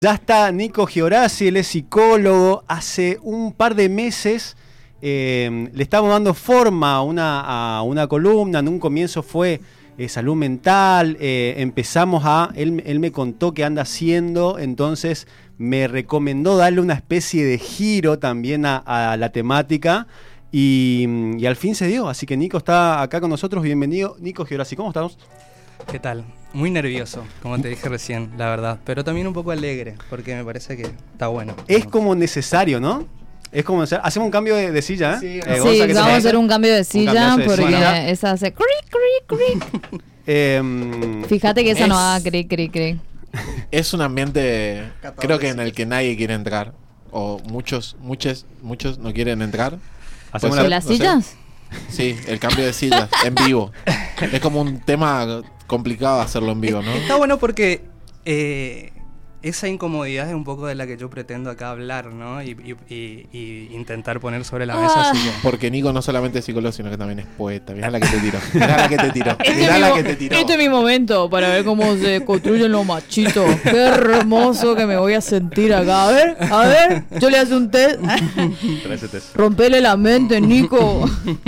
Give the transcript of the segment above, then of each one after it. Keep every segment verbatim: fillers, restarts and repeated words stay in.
Ya está Nico Giorassi, él es psicólogo. Hace un par de meses eh, le estamos dando forma a una, a una columna. En un comienzo fue eh, salud mental. Eh, empezamos a... Él, él me contó qué anda haciendo, entonces me recomendó darle una especie de giro también a, a la temática. Y, y al fin se dio. Así que Nico está acá con nosotros. Bienvenido, Nico Giorassi. ¿Cómo estamos? ¿Qué tal? Muy nervioso, como te dije recién, la verdad. Pero también un poco alegre, porque me parece que está bueno. Es como necesario, ¿no? Es como necesario. Hacemos un cambio de, de silla, ¿eh? Sí, eh, sí vamos a, a hacer un cambio de silla cambio de porque silla. esa hace cric, cric, cric. eh, Fíjate que esa es, no haga cric, cric, cric. Es un ambiente, creo que en el que nadie quiere entrar. O muchos, muchos, muchos no quieren entrar. ¿Hacemos ¿De la, las no sé. sillas? Sí, el cambio de sillas en vivo. Es como un tema complicado hacerlo en vivo, ¿no? Está bueno porque eh, esa incomodidad es un poco de la que yo pretendo acá hablar, ¿no? Y, y, y, y intentar poner sobre la mesa. Ah. Así que... Porque Nico no solamente es psicólogo, sino que también es poeta. Mirá la que te tiro. Mirá la que te tiro. Este Mirá es, la mi, que mo- te tiró. este es mi momento para ver cómo se construyen los machitos. Qué hermoso que me voy a sentir acá. A ver, a ver, yo le hago un test. Rompele la mente, Nico.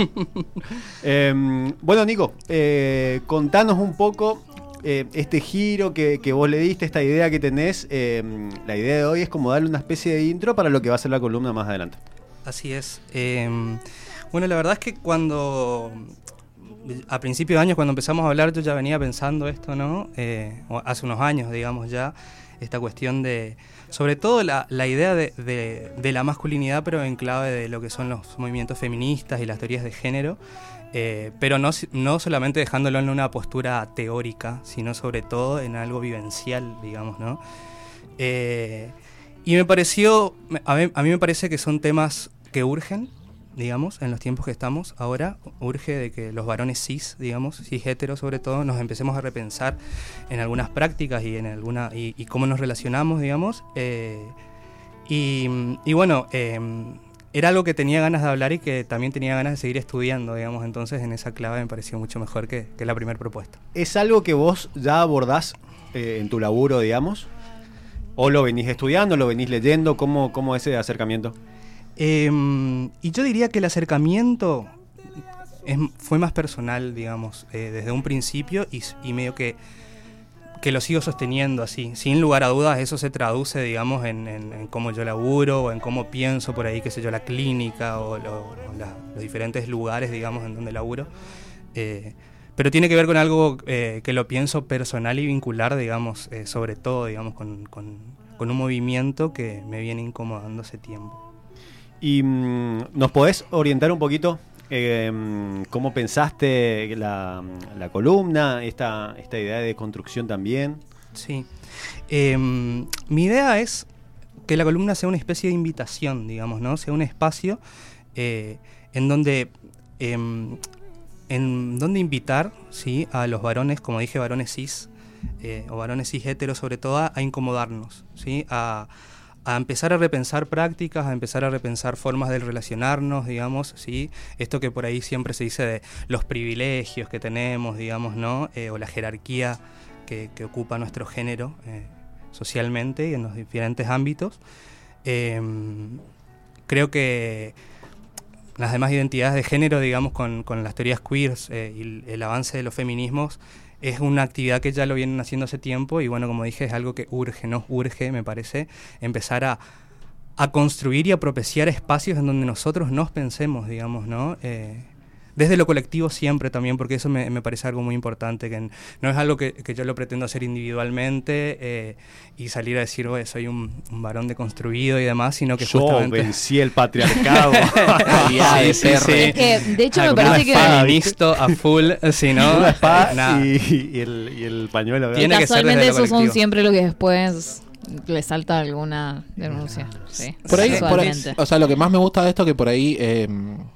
eh, bueno, Nico, eh, contanos un poco eh, este giro que, que vos le diste, esta idea que tenés. Eh, la idea de hoy es como darle una especie de intro para lo que va a ser la columna más adelante. Así es. Eh, bueno, la verdad es que cuando... A principios de años, cuando empezamos a hablar, yo ya venía pensando esto, ¿no? Eh, hace unos años, digamos ya, esta cuestión de... Sobre todo la, la idea de, de, de la masculinidad, pero en clave de lo que son los movimientos feministas y las teorías de género, eh, pero no, no solamente dejándolo en una postura teórica, sino sobre todo en algo vivencial, digamos, ¿no? Eh, y me pareció... A mí, a mí me parece que son temas que urgen, digamos, en los tiempos que estamos ahora. Urge de que los varones cis, digamos, cis heteros sobre todo, nos empecemos a repensar en algunas prácticas y en alguna y, y cómo nos relacionamos, digamos. Eh, y, y bueno, eh, era algo que tenía ganas de hablar y que también tenía ganas de seguir estudiando, digamos. Entonces, en esa clave me pareció mucho mejor que, que la primera propuesta. ¿Es algo que vos ya abordás eh, en tu laburo, digamos? ¿O lo venís estudiando, lo venís leyendo? ¿Cómo, cómo es ese acercamiento? Eh, y yo diría que el acercamiento es, fue más personal, digamos, eh, desde un principio y, y medio que, que lo sigo sosteniendo así. Sin lugar a dudas, eso se traduce, digamos, en, en, en cómo yo laburo o en cómo pienso por ahí, qué sé yo, la clínica o, lo, o la, los diferentes lugares, digamos, en donde laburo. Eh, pero tiene que ver con algo eh, que lo pienso personal y vincular, digamos, eh, sobre todo, digamos, con, con, con un movimiento que me viene incomodando hace tiempo. ¿Y mmm, nos podés orientar un poquito eh, cómo pensaste la, la columna, esta, esta idea de construcción también? Sí. Eh, mi idea es que la columna sea una especie de invitación, digamos, ¿no? Sea un espacio eh, en donde eh, en donde invitar, ¿sí?, a los varones, como dije, varones cis eh, o varones cis heteros sobre todo, a, a incomodarnos, ¿sí?, a a empezar a repensar prácticas, a empezar a repensar formas de relacionarnos, digamos, ¿sí? Esto que por ahí siempre se dice de los privilegios que tenemos, digamos, ¿no? Eh, o la jerarquía que, que ocupa nuestro género eh, socialmente y en los diferentes ámbitos. Eh, creo que las demás identidades de género, digamos, con, con las teorías queers eh, y el, el avance de los feminismos, es una actividad que ya lo vienen haciendo hace tiempo y bueno, como dije, es algo que urge, nos urge, me parece, empezar a, a construir y a propiciar espacios en donde nosotros nos pensemos, digamos, ¿no? Eh, desde lo colectivo siempre también, porque eso me, me parece algo muy importante, que no es algo que, que yo lo pretendo hacer individualmente eh, y salir a decir, oye, soy un, un varón deconstruido y demás, sino que yo justamente... vencí el patriarcado. sí, sí, sí. Es que, de hecho, Ah, me como parece una que... espada, feministo a full, si no, la espada nada. y, y, el, y el pañuelo. ¿verdad? Tiene que ser casualmente desde lo esos son colectivo. siempre lo que después le salta alguna denuncia. Sí, Por ahí, por ahí, casualmente. o sea, lo que más me gusta de esto que por ahí eh,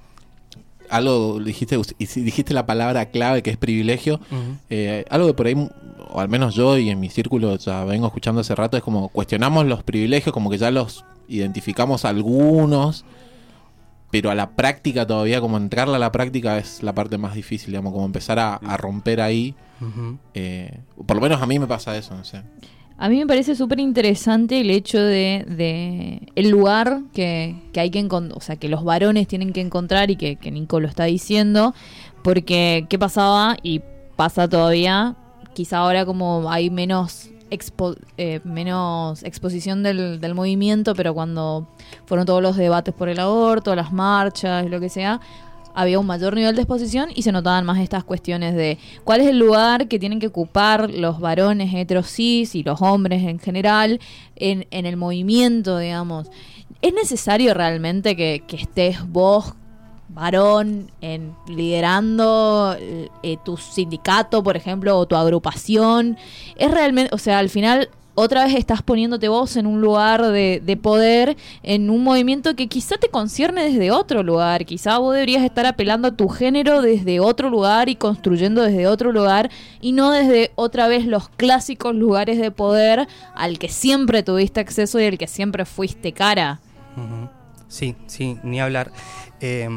algo dijiste, y si dijiste la palabra clave que es privilegio, Uh-huh. eh, algo que por ahí, o al menos yo y en mi círculo ya vengo escuchando hace rato, es como cuestionamos los privilegios, como que ya los identificamos algunos, pero a la práctica todavía, como entrarle a la práctica es la parte más difícil, digamos, como empezar a, a romper ahí. Uh-huh. Eh, por lo menos a mí me pasa eso, no sé. A mí me parece súper interesante el hecho de, de el lugar que, que hay que encontrar, o sea, que los varones tienen que encontrar y que, que Nico lo está diciendo, porque ¿qué pasaba? Y pasa todavía, quizá ahora como hay menos expo, eh, menos exposición del, del movimiento, pero cuando fueron todos los debates por el aborto, las marchas, lo que sea, había un mayor nivel de exposición y se notaban más estas cuestiones de cuál es el lugar que tienen que ocupar los varones heterosis y los hombres en general en, en el movimiento, digamos. ¿Es necesario realmente que, que estés vos, varón, en, liderando eh, tu sindicato, por ejemplo, o tu agrupación? Es realmente, o sea, al final otra vez estás poniéndote vos en un lugar de, de poder, en un movimiento que quizá te concierne desde otro lugar. Quizá vos deberías estar apelando a tu género desde otro lugar y construyendo desde otro lugar, y no desde otra vez los clásicos lugares de poder al que siempre tuviste acceso y al que siempre fuiste cara. Uh-huh. Sí, sí, ni hablar. Eh,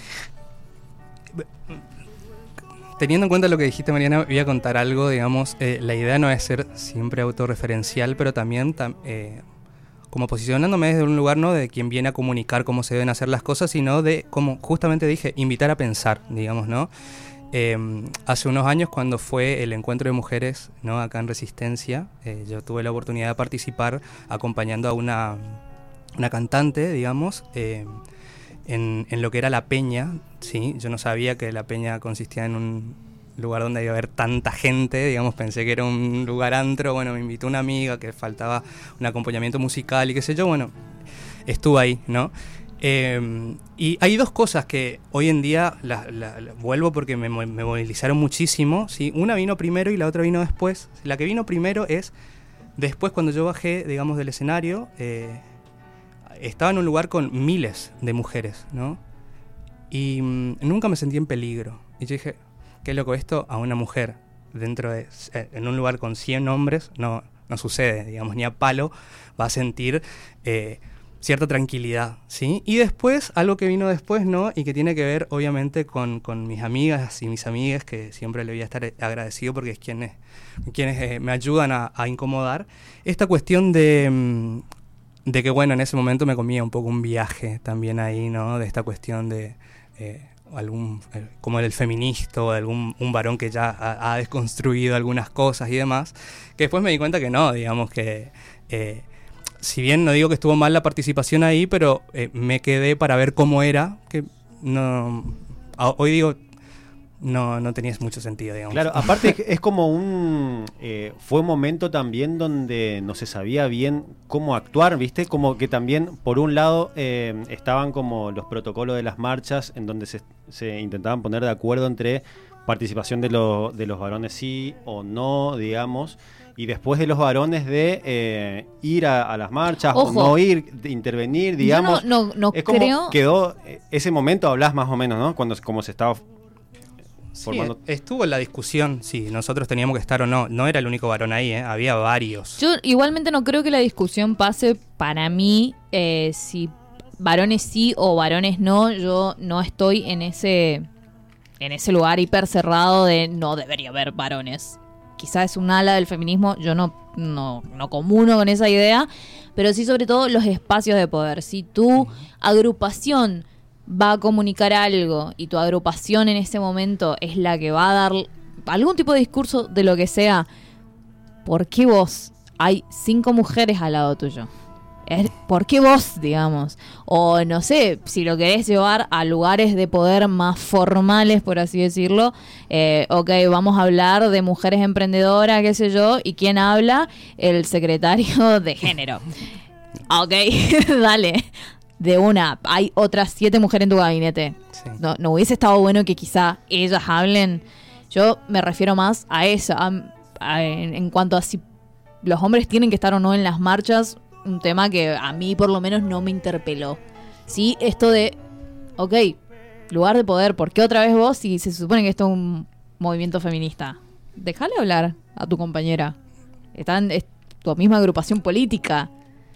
Teniendo en cuenta lo que dijiste, Mariana, voy a contar algo, digamos, eh, la idea no es ser siempre autorreferencial, pero también tam, eh, como posicionándome desde un lugar no de quien viene a comunicar cómo se deben hacer las cosas, sino de, como justamente dije, invitar a pensar, digamos, ¿no? Eh, hace unos años, cuando fue el encuentro de mujeres, ¿no?, acá en Resistencia, eh, yo tuve la oportunidad de participar acompañando a una, una cantante, digamos, eh, En, en lo que era la peña, ¿sí? Yo no sabía que la peña consistía en un lugar donde iba a haber tanta gente, digamos, pensé que era un lugar antro. Bueno, me invitó una amiga que faltaba un acompañamiento musical y qué sé yo, bueno, estuve ahí, ¿no? Eh, y hay dos cosas que hoy en día la, la, la, vuelvo porque me, me movilizaron muchísimo, ¿sí? Una vino primero y la otra vino después. La que vino primero es, después cuando yo bajé, digamos, del escenario, eh, estaba en un lugar con miles de mujeres, ¿no? Y mmm, nunca me sentí en peligro. Y yo dije, qué loco esto, a una mujer dentro de, eh, en un lugar con cien hombres, no, no sucede, digamos, ni a palo va a sentir eh, cierta tranquilidad, ¿sí? Y después, algo que vino después, ¿no? Y que tiene que ver, obviamente, con, con mis amigas y mis amigas, que siempre le voy a estar agradecido porque es quienes, quienes eh, me ayudan a, a incomodar. Esta cuestión de... Mmm, de que, bueno, en ese momento me comía un poco un viaje también ahí, ¿no? De esta cuestión de eh, algún, eh, como el feminista o de algún un varón que ya ha, ha desconstruido algunas cosas y demás, que después me di cuenta que no, digamos que, eh, si bien no digo que estuvo mal la participación ahí, pero eh, me quedé para ver cómo era, que no, a, hoy digo... No, no tenías mucho sentido, digamos. Claro, aparte es como un... Eh, fue un momento también donde no se sabía bien cómo actuar, ¿viste? Como que también, por un lado, eh, estaban como los protocolos de las marchas en donde se, se intentaban poner de acuerdo entre participación de, lo, de los varones sí o no, digamos, y después de los varones de eh, ir a, a las marchas, Ojo, o no ir, de intervenir, digamos. Yo no, no, no es como creo... quedó ese momento, hablás más o menos, ¿no? Cuando como se estaba... Sí, estuvo en la discusión si nosotros teníamos que estar o no. No era el único varón ahí, ¿eh? Había varios. Yo igualmente no creo que la discusión pase para mí eh, si varones sí o varones no. Yo no estoy en ese en ese lugar hiper cerrado de no debería haber varones. Quizás es un ala del feminismo, yo no, no, no comuno con esa idea, pero sí sobre todo los espacios de poder. Si tu agrupación va a comunicar algo y tu agrupación en ese momento es la que va a dar algún tipo de discurso de lo que sea, ¿por qué vos hay cinco mujeres al lado tuyo? ¿Por qué vos, digamos? O no sé, si lo querés llevar a lugares de poder más formales, por así decirlo, eh, ok, vamos a hablar de mujeres emprendedoras, qué sé yo, ¿y quién habla? El secretario de género. Ok, dale. De una, hay otras siete mujeres en tu gabinete. Sí. No, no hubiese estado bueno que quizá ellas hablen. Yo me refiero más a eso, a, a, en, en cuanto a si los hombres tienen que estar o no en las marchas, un tema que a mí por lo menos no me interpeló. Sí, esto de, ok, lugar de poder, ¿por qué otra vez vos si se supone que esto es un movimiento feminista? Déjale hablar a tu compañera. Están, es tu misma agrupación política.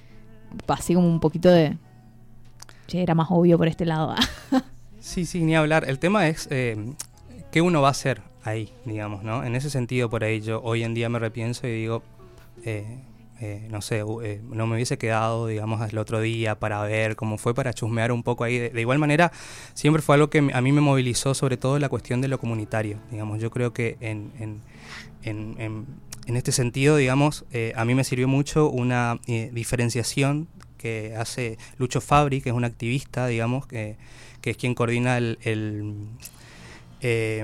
Así como un poquito de... Che, era más obvio por este lado. Sí, sí, ni hablar. El tema es eh, qué uno va a hacer ahí, digamos, ¿no? En ese sentido, por ahí yo hoy en día me repienso y digo, eh, eh, no sé, eh, no me hubiese quedado, digamos, el otro día para ver cómo fue, para chusmear un poco ahí. De, de igual manera, siempre fue algo que a mí me movilizó, sobre todo la cuestión de lo comunitario, digamos. Yo creo que en, en, en, en, en este sentido, digamos, eh, a mí me sirvió mucho una eh, diferenciación que hace Lucho Fabri, que es un activista, digamos, que, que es quien coordina el... el eh,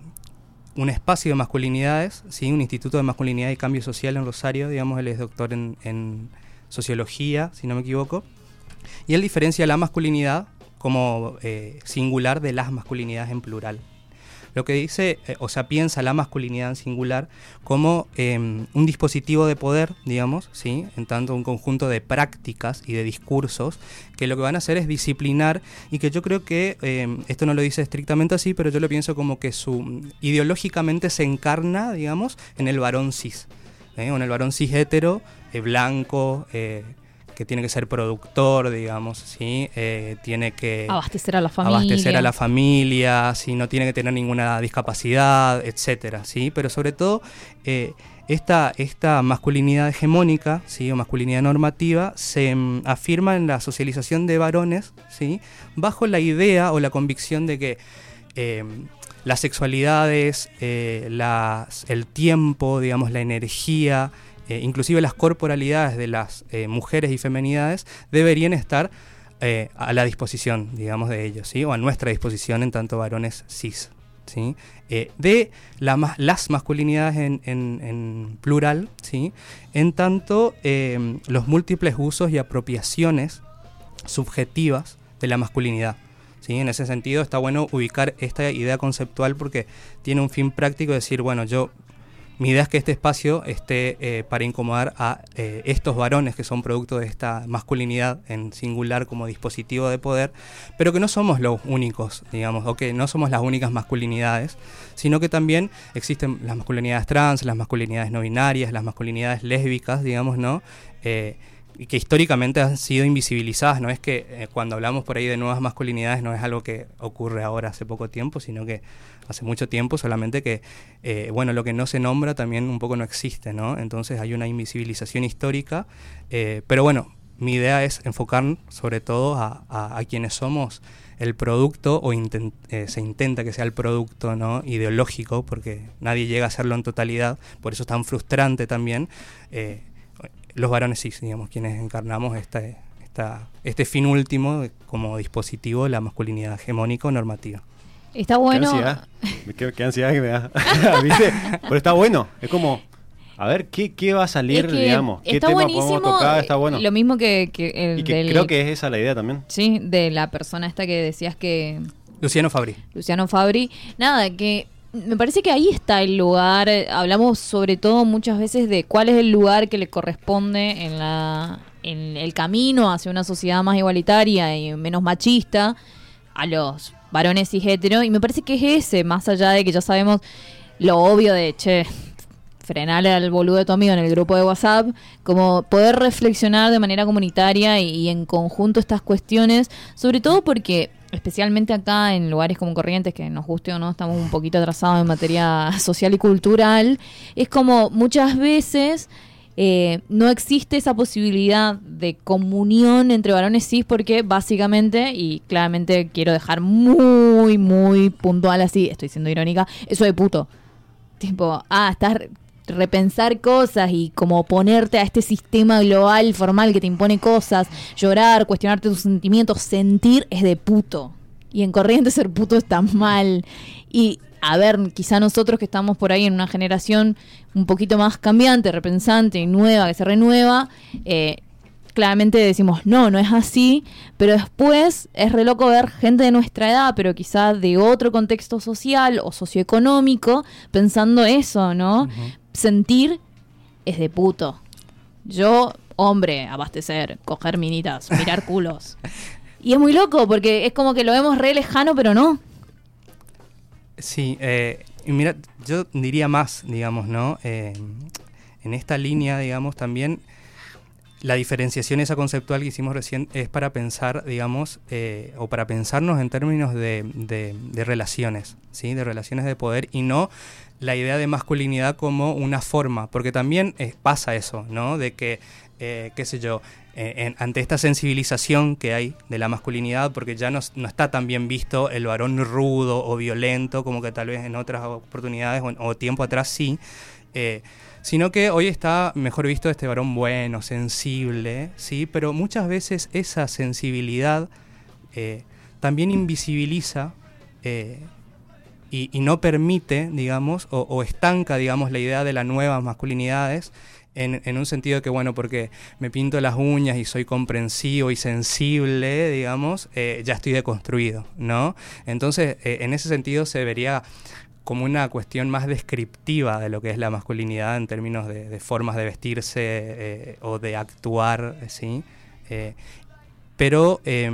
un espacio de masculinidades, ¿sí? Un instituto de masculinidad y cambio social en Rosario, digamos. Él es doctor en, en sociología, si no me equivoco, y él diferencia la masculinidad como eh, singular de las masculinidades en plural. Lo que dice, eh, o sea, piensa la masculinidad en singular como eh, un dispositivo de poder, digamos, ¿sí? En tanto un conjunto de prácticas y de discursos que lo que van a hacer es disciplinar, y que yo creo que, eh, esto no lo dice estrictamente así, pero yo lo pienso como que su ideológicamente se encarna, digamos, en el varón cis, ¿eh? En el varón cis hetero, eh, blanco, eh, que tiene que ser productor, digamos, ¿sí? Eh, tiene que... Abastecer a la familia. Abastecer a la familia, ¿sí? No tiene que tener ninguna discapacidad, etcétera, ¿sí? Pero sobre todo, eh, esta, esta masculinidad hegemónica, ¿sí? O masculinidad normativa, se mm, afirma en la socialización de varones, ¿sí? Bajo la idea o la convicción de que eh, las sexualidades, eh, las, el tiempo, digamos, la energía... Eh, inclusive las corporalidades de las eh, mujeres y femenidades deberían estar eh, a la disposición, digamos, de ellos, ¿sí? O a nuestra disposición en tanto varones cis, ¿sí? Eh, de la, las masculinidades en, en, en plural, ¿sí? En tanto eh, los múltiples usos y apropiaciones subjetivas de la masculinidad, ¿sí? En ese sentido está bueno ubicar esta idea conceptual porque tiene un fin práctico de decir, bueno, yo... Mi idea es que este espacio esté eh, para incomodar a eh, estos varones que son producto de esta masculinidad en singular como dispositivo de poder, pero que no somos los únicos, digamos, o que no somos las únicas masculinidades, sino que también existen las masculinidades trans, las masculinidades no binarias, las masculinidades lésbicas, digamos, ¿no? Eh, y que históricamente han sido invisibilizadas. No es que eh, cuando hablamos por ahí de nuevas masculinidades no es algo que ocurre ahora hace poco tiempo, sino que hace mucho tiempo, solamente que, eh, bueno, lo que no se nombra también un poco no existe, ¿no? Entonces hay una invisibilización histórica, eh, pero bueno, mi idea es enfocar sobre todo a, a, a quienes somos el producto, o intent, eh, se intenta que sea el producto, ¿no? Ideológico, porque nadie llega a hacerlo en totalidad, por eso es tan frustrante también, eh, los varones cis, digamos, quienes encarnamos esta, esta, este fin último como dispositivo de la masculinidad hegemónica o normativa. Está bueno. Qué ansiedad, qué, qué ansiedad que me da. ¿Viste? Pero está bueno, es como, a ver, ¿qué, qué va a salir, es que digamos? ¿Qué está tema buenísimo, podemos tocar? Está bueno. Lo mismo que, que el y que del, creo que es esa la idea también. Sí, de la persona esta que decías que... Luciano Fabri. Luciano Fabri. Nada, que... Me parece que ahí está el lugar. Hablamos sobre todo muchas veces de cuál es el lugar que le corresponde en la en el camino hacia una sociedad más igualitaria y menos machista a los varones cis hetero, y me parece que es ese, más allá de que ya sabemos lo obvio de, che, frenarle al boludo de tu amigo en el grupo de WhatsApp, como poder reflexionar de manera comunitaria y, y en conjunto estas cuestiones, sobre todo porque... especialmente acá en lugares como Corrientes, que nos guste o no, estamos un poquito atrasados en materia social y cultural, es como muchas veces eh, no existe esa posibilidad de comunión entre varones cis porque básicamente, y claramente quiero dejar muy, muy puntual así, estoy siendo irónica, eso de puto. Tipo, ah, estás... repensar cosas y como ponerte a este sistema global formal que te impone cosas, llorar, cuestionarte tus sentimientos, sentir es de puto. Y en Corrientes ser puto está mal. Y a ver, quizá nosotros que estamos por ahí en una generación un poquito más cambiante, repensante y nueva, que se renueva, eh, claramente decimos, no, no es así, pero después es re loco ver gente de nuestra edad, pero quizá de otro contexto social o socioeconómico, pensando eso, ¿no? Uh-huh. Sentir es de puto. Yo, hombre, abastecer, coger minitas, mirar culos. Y es muy loco, porque es como que lo vemos re lejano, pero no. Sí, eh, y mira, yo diría más, digamos, ¿no? Eh, en esta línea, digamos, también... la diferenciación esa conceptual que hicimos recién es para pensar, digamos, eh, o para pensarnos en términos de, de, de relaciones, ¿sí? De relaciones de poder, y no la idea de masculinidad como una forma, porque también eh, pasa eso, ¿no? De que, eh, qué sé yo, eh, en, ante esta sensibilización que hay de la masculinidad, porque ya no, no está tan bien visto el varón rudo o violento como que tal vez en otras oportunidades o, o tiempo atrás sí, eh, sino que hoy está mejor visto este varón bueno, sensible, ¿sí? Pero muchas veces esa sensibilidad eh, también invisibiliza eh, y, y no permite, digamos, o, o estanca, digamos, la idea de las nuevas masculinidades en, en un sentido de que, bueno, porque me pinto las uñas y soy comprensivo y sensible, digamos, eh, ya estoy deconstruido, ¿no? Entonces, eh, en ese sentido se vería como una cuestión más descriptiva de lo que es la masculinidad en términos de, de formas de vestirse eh, o de actuar, ¿sí? Eh, pero eh,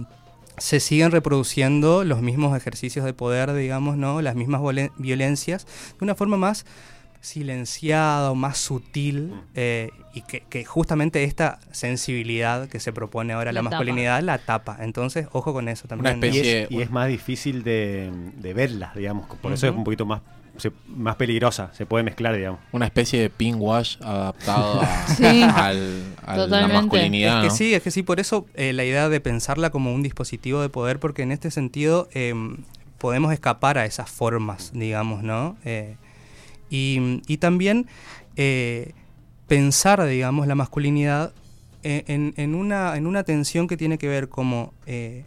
se siguen reproduciendo los mismos ejercicios de poder, digamos, ¿no? Las mismas violencias de una forma más silenciada o más sutil, eh, y que, que justamente esta sensibilidad que se propone ahora la, la masculinidad tapa. la tapa. Entonces, ojo con eso también. Una especie, y, es, y es más difícil de, de verla, digamos, por uh-huh. eso es un poquito más se, más peligrosa, se puede mezclar, digamos. Una especie de pink-wash adaptado a, sí, al, a la masculinidad. Es que ¿no? sí, es que sí, por eso eh, la idea de pensarla como un dispositivo de poder, porque en este sentido eh, podemos escapar a esas formas, digamos, ¿no? Eh, Y, y también eh, pensar, digamos, la masculinidad en, en, una, en una tensión que tiene que ver como eh,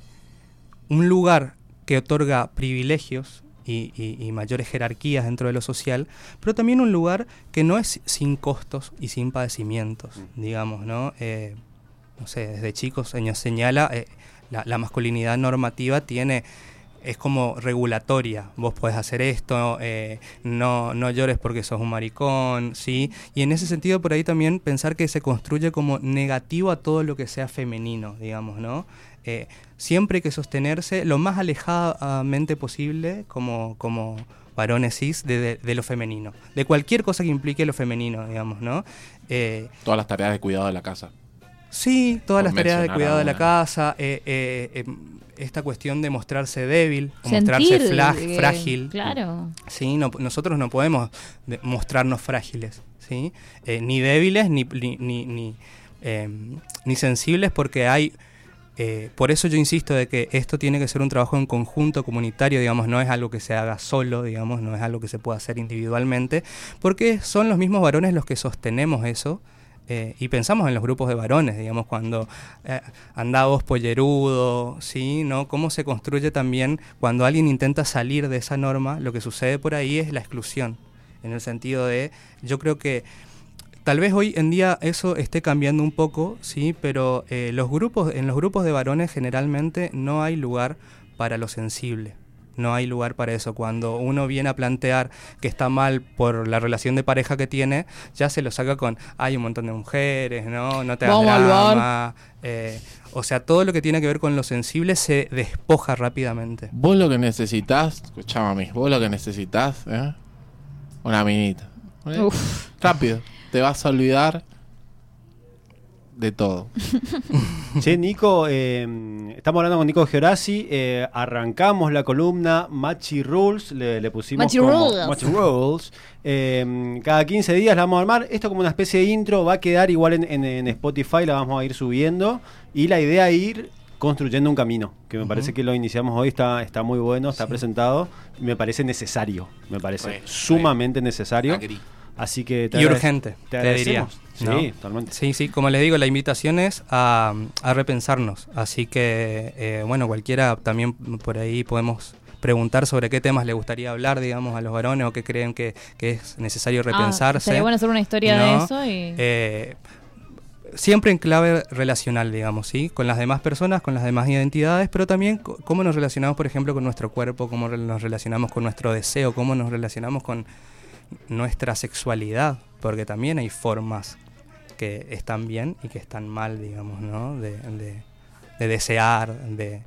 un lugar que otorga privilegios y, y, y mayores jerarquías dentro de lo social, pero también un lugar que no es sin costos y sin padecimientos, digamos, ¿no? Eh, no sé, desde chicos se nos señala, eh, la, la masculinidad normativa tiene... es como regulatoria, vos podés hacer esto, eh, no, no llores porque sos un maricón, ¿sí? Y en ese sentido por ahí también pensar que se construye como negativo a todo lo que sea femenino, digamos, ¿no? Eh, siempre hay que sostenerse lo más alejadamente posible como, como varones cis de, de, de lo femenino, de cualquier cosa que implique lo femenino, digamos, ¿no? Eh, Todas las tareas de cuidado de la casa. Sí, todas las tareas de cuidado de la casa, eh, eh, eh, esta cuestión de mostrarse débil, o mostrarse fla- eh, frágil. Claro. Sí, no, nosotros no podemos de, mostrarnos frágiles, ¿sí? Eh, ni débiles ni ni ni, ni, eh, ni sensibles, porque hay. Eh, por eso yo insisto de que esto tiene que ser un trabajo en conjunto, comunitario, digamos, no es algo que se haga solo, digamos, no es algo que se pueda hacer individualmente, porque son los mismos varones los que sostenemos eso. Eh, y pensamos en los grupos de varones, digamos, cuando eh, anda vos pollerudo, ¿sí? ¿No? Cómo se construye también cuando alguien intenta salir de esa norma, lo que sucede por ahí es la exclusión, en el sentido de, yo creo que tal vez hoy en día eso esté cambiando un poco, ¿sí? Pero eh, los grupos, en los grupos de varones generalmente no hay lugar para lo sensible. No hay lugar para eso. Cuando uno viene a plantear que está mal por la relación de pareja que tiene, ya se lo saca con, hay un montón de mujeres, no, no te hagas drama. Eh, o sea, todo lo que tiene que ver con lo sensible se despoja rápidamente. Vos lo que necesitas, escuchame a mí, vos lo que necesitas, ¿eh? Una minita. ¿Eh? Uf. Rápido, te vas a olvidar de todo. Che, Nico, eh, estamos hablando con Nico Georasi, eh, arrancamos la columna Machi Rules, le, le pusimos Machi como Rules. Machi Rules. Eh, cada quince días la vamos a armar, esto como una especie de intro, va a quedar igual en, en, en Spotify, la vamos a ir subiendo, y la idea es ir construyendo un camino, que me uh-huh. parece que lo iniciamos hoy, está, está muy bueno, está sí. presentado, y me parece necesario, me parece bueno, sumamente bueno. necesario. Agri. Así que te y urgente, te, te diría. Sí, ¿no? totalmente. Sí, sí, como les digo, la invitación es a, a repensarnos. Así que, eh, bueno, cualquiera también por ahí podemos preguntar sobre qué temas le gustaría hablar, digamos, a los varones o qué creen que, que es necesario repensarse. Ah, sería bueno hacer una historia ¿no? de eso. Y... Eh, siempre en clave relacional, digamos, ¿sí? Con las demás personas, con las demás identidades, pero también c- cómo nos relacionamos, por ejemplo, con nuestro cuerpo, cómo re- nos relacionamos con nuestro deseo, cómo nos relacionamos con nuestra sexualidad, porque también hay formas que están bien y que están mal, digamos, ¿no? De, de, de desear, de,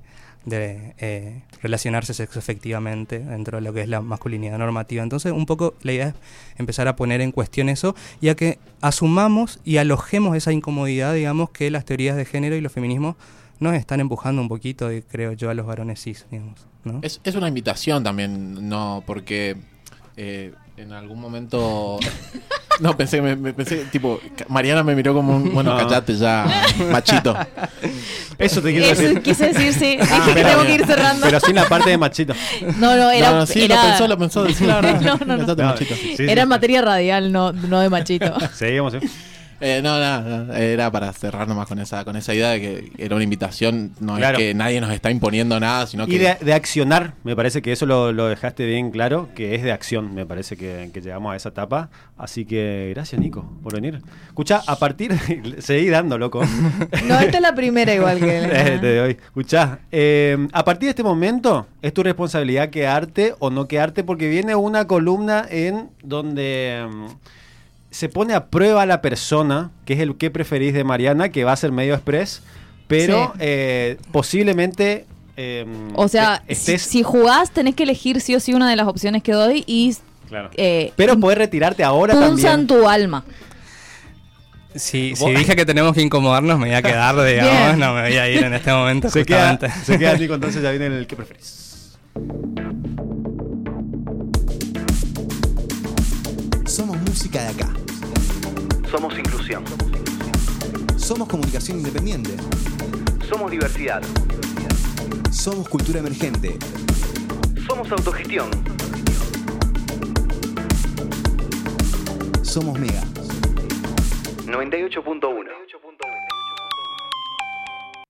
de eh, relacionarse sexoafectivamente dentro de lo que es la masculinidad normativa. Entonces, un poco la idea es empezar a poner en cuestión eso y a que asumamos y alojemos esa incomodidad, digamos, que las teorías de género y los feminismos nos están empujando un poquito, creo yo, a los varones cis, digamos, ¿no? Es, es una invitación también, no, porque eh, en algún momento... No, pensé, me, me pensé, tipo, Mariana me miró como un, bueno, no. Callate ya, machito. Eso te quiero Eso decir. quise decir, sí. Ah, Dije que pero, tengo que ir cerrando. Pero sin la parte de machito. No, no, era... No, no, sí, era... lo pensó, lo pensó. Decir la verdad. No, no, no. Callate, No, machito. sí, Era sí. en materia radial, no, no de machito. Seguimos, ¿eh? Eh, no, no, no, era para cerrar nomás con esa, con esa idea de que era una invitación, no Claro. es que nadie nos está imponiendo nada, sino que... Y de, de accionar, me parece que eso lo, lo dejaste bien claro, que es de acción, me parece que, que llegamos a esa etapa. Así que gracias, Nico, por venir. Escucha, a partir... Seguí dando, loco. No, esta es la primera igual que... Eh, te doy. Escuchá, eh, a partir de este momento es tu responsabilidad quedarte o no quedarte, porque viene una columna en donde... mm, se pone a prueba a la persona, que es el que preferís de Mariana, que va a ser medio express, pero Sí. eh, posiblemente... eh, O sea, eh, si, estés... si jugás tenés que elegir sí o sí una de las opciones que doy y... Claro. Eh, Pero podés retirarte ahora punzan también. tu alma. Si, Vos- si dije que tenemos que incomodarnos, me voy a quedar, digamos, Bien. no me voy a ir en este momento, Se queda, justamente. se queda Nico, entonces ya viene el que preferís. Somos música de acá. Somos inclusión. Somos comunicación independiente. Somos diversidad. Somos cultura emergente. Somos autogestión. Somos Mega. noventa y ocho punto uno.